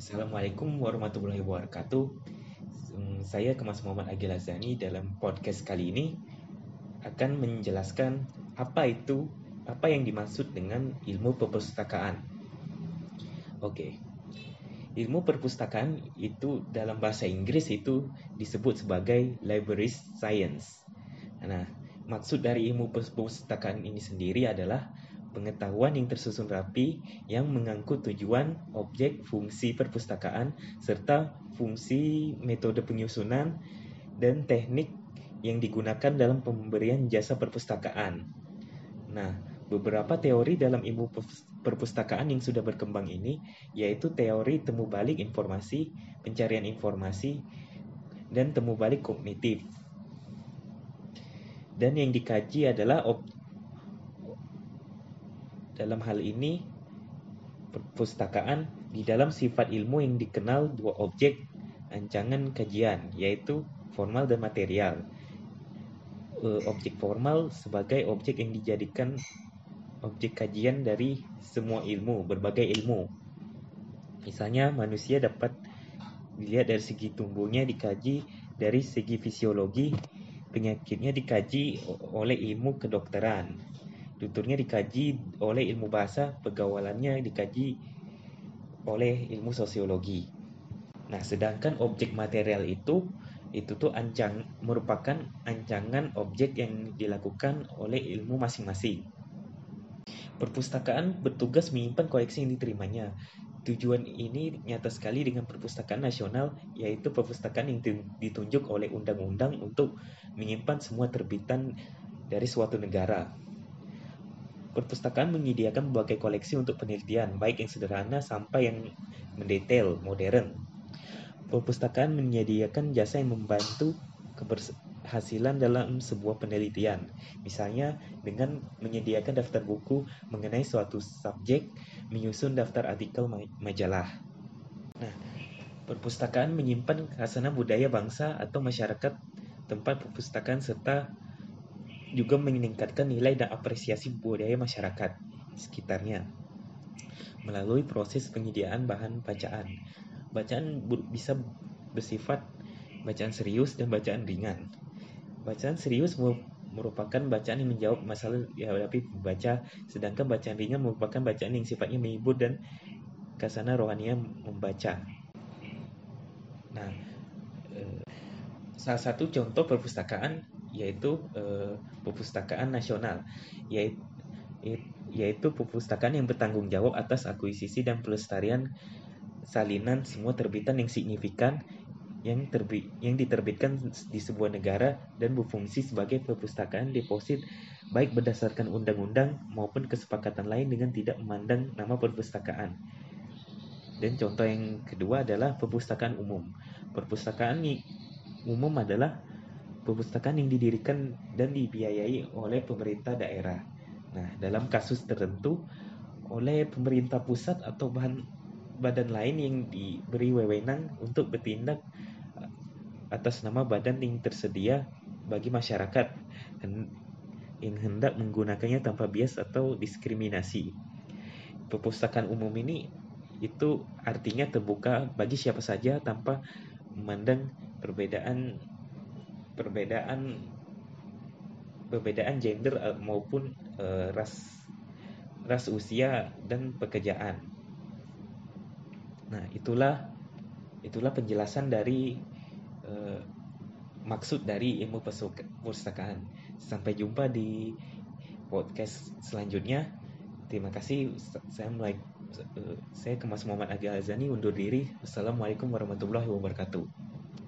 Assalamualaikum warahmatullahi wabarakatuh. Saya Kemas Muhammad Agil Azani dalam podcast kali ini akan menjelaskan apa yang dimaksud dengan ilmu perpustakaan. Oke. Ilmu perpustakaan itu dalam bahasa Inggris itu disebut sebagai library science. Nah, maksud dari ilmu perpustakaan ini sendiri adalah pengetahuan yang tersusun rapi yang mengangkut tujuan, objek, fungsi perpustakaan, serta fungsi metode penyusunan dan teknik yang digunakan dalam pemberian jasa perpustakaan. Nah, beberapa teori dalam ilmu perpustakaan yang sudah berkembang ini yaitu teori temu balik informasi, pencarian informasi, dan temu balik kognitif. Dan yang dikaji adalah dalam hal ini perpustakaan di dalam sifat ilmu yang dikenal dua objek ancangan kajian, yaitu formal dan material. Objek formal sebagai objek yang dijadikan objek kajian dari semua ilmu, berbagai ilmu. Misalnya manusia dapat dilihat dari segi tumbuhnya dikaji dari segi fisiologi, penyakitnya dikaji oleh ilmu kedokteran. Tuturnya dikaji oleh ilmu bahasa, pergaulannya dikaji oleh ilmu sosiologi. Nah, sedangkan objek material itu tuh merupakan ancangan objek yang dilakukan oleh ilmu masing-masing. Perpustakaan bertugas menyimpan koleksi yang diterimanya. Tujuan ini nyata sekali dengan perpustakaan nasional, yaitu perpustakaan yang ditunjuk oleh undang-undang untuk menyimpan semua terbitan dari suatu negara. Perpustakaan menyediakan berbagai koleksi untuk penelitian, baik yang sederhana sampai yang mendetail, modern. Perpustakaan menyediakan jasa yang membantu keberhasilan dalam sebuah penelitian. Misalnya dengan menyediakan daftar buku mengenai suatu subjek, menyusun daftar artikel majalah. Nah, perpustakaan menyimpan khazanah budaya bangsa atau masyarakat tempat perpustakaan serta juga meningkatkan nilai dan apresiasi budaya masyarakat sekitarnya melalui proses penyediaan bahan bacaan. Bacaan bisa bersifat bacaan serius dan bacaan ringan. Bacaan serius merupakan bacaan yang menjawab masalah dihadapi pembaca, sedangkan bacaan ringan merupakan bacaan yang sifatnya menghibur dan khazanah rohaniah membaca. Nah, salah satu contoh perpustakaan yaitu perpustakaan nasional, yaitu perpustakaan yang bertanggung jawab atas akuisisi dan pelestarian salinan semua terbitan yang signifikan yang diterbitkan di sebuah negara dan berfungsi sebagai perpustakaan deposit baik berdasarkan undang-undang maupun kesepakatan lain dengan tidak memandang nama perpustakaan. Dan contoh yang kedua adalah perpustakaan umum. Perpustakaan umum adalah perpustakaan yang didirikan dan dibiayai oleh pemerintah daerah. Nah, dalam kasus tertentu oleh pemerintah pusat atau badan lain yang diberi wewenang untuk bertindak atas nama badan yang tersedia bagi masyarakat yang hendak menggunakannya tanpa bias atau diskriminasi. Perpustakaan umum ini itu artinya terbuka bagi siapa saja tanpa memandang perbedaan gender maupun ras usia dan pekerjaan. Nah, itulah penjelasan dari maksud dari ilmu perpustakaan. Sampai jumpa di podcast selanjutnya. Terima kasih. Saya Kemas Muhammad Agil Azani undur diri. Wassalamualaikum warahmatullahi wabarakatuh.